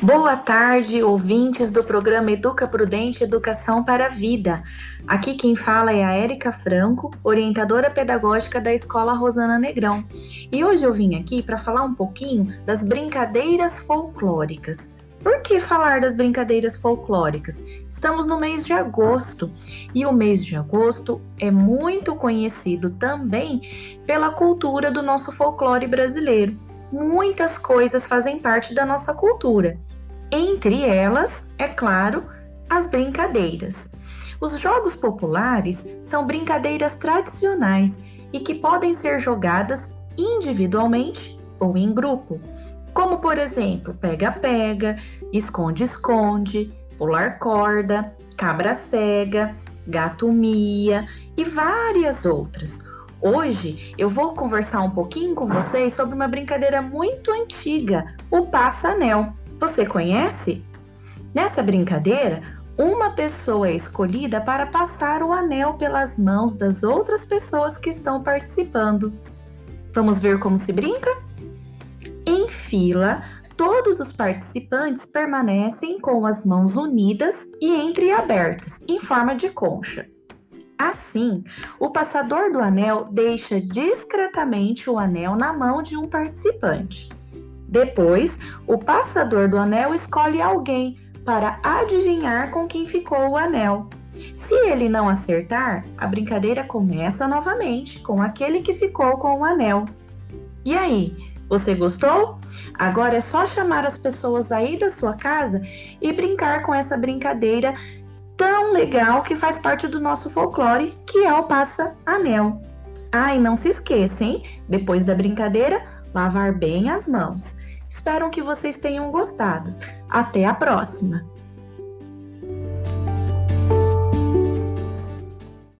Boa tarde, ouvintes do programa Educa Prudente Educação para a Vida. Aqui quem fala é a Érica Franco, orientadora pedagógica da Escola Rosana Negrão. E hoje eu vim aqui para falar um pouquinho das brincadeiras folclóricas. Por que falar das brincadeiras folclóricas? Estamos no mês de agosto e o mês de agosto é muito conhecido também pela cultura do nosso folclore brasileiro. Muitas coisas fazem parte da nossa cultura. Entre elas, é claro, as brincadeiras. Os jogos populares são brincadeiras tradicionais e que podem ser jogadas individualmente ou em grupo, como, por exemplo, pega-pega, esconde-esconde, pular corda, cabra cega, gato-mia e várias outras. Hoje eu vou conversar um pouquinho com vocês sobre uma brincadeira muito antiga, o passa-anel. Você conhece? Nessa brincadeira, uma pessoa é escolhida para passar o anel pelas mãos das outras pessoas que estão participando. Vamos ver como se brinca? Em fila, todos os participantes permanecem com as mãos unidas e entreabertas, em forma de concha. Assim, o passador do anel deixa discretamente o anel na mão de um participante. Depois, o passador do anel escolhe alguém para adivinhar com quem ficou o anel. Se ele não acertar, a brincadeira começa novamente com aquele que ficou com o anel. E aí, você gostou? Agora é só chamar as pessoas aí da sua casa e brincar com essa brincadeira tão legal que faz parte do nosso folclore, que é o passa-anel. Ah, e não se esqueça, hein? Depois da brincadeira, lavar bem as mãos. Espero que vocês tenham gostado. Até a próxima!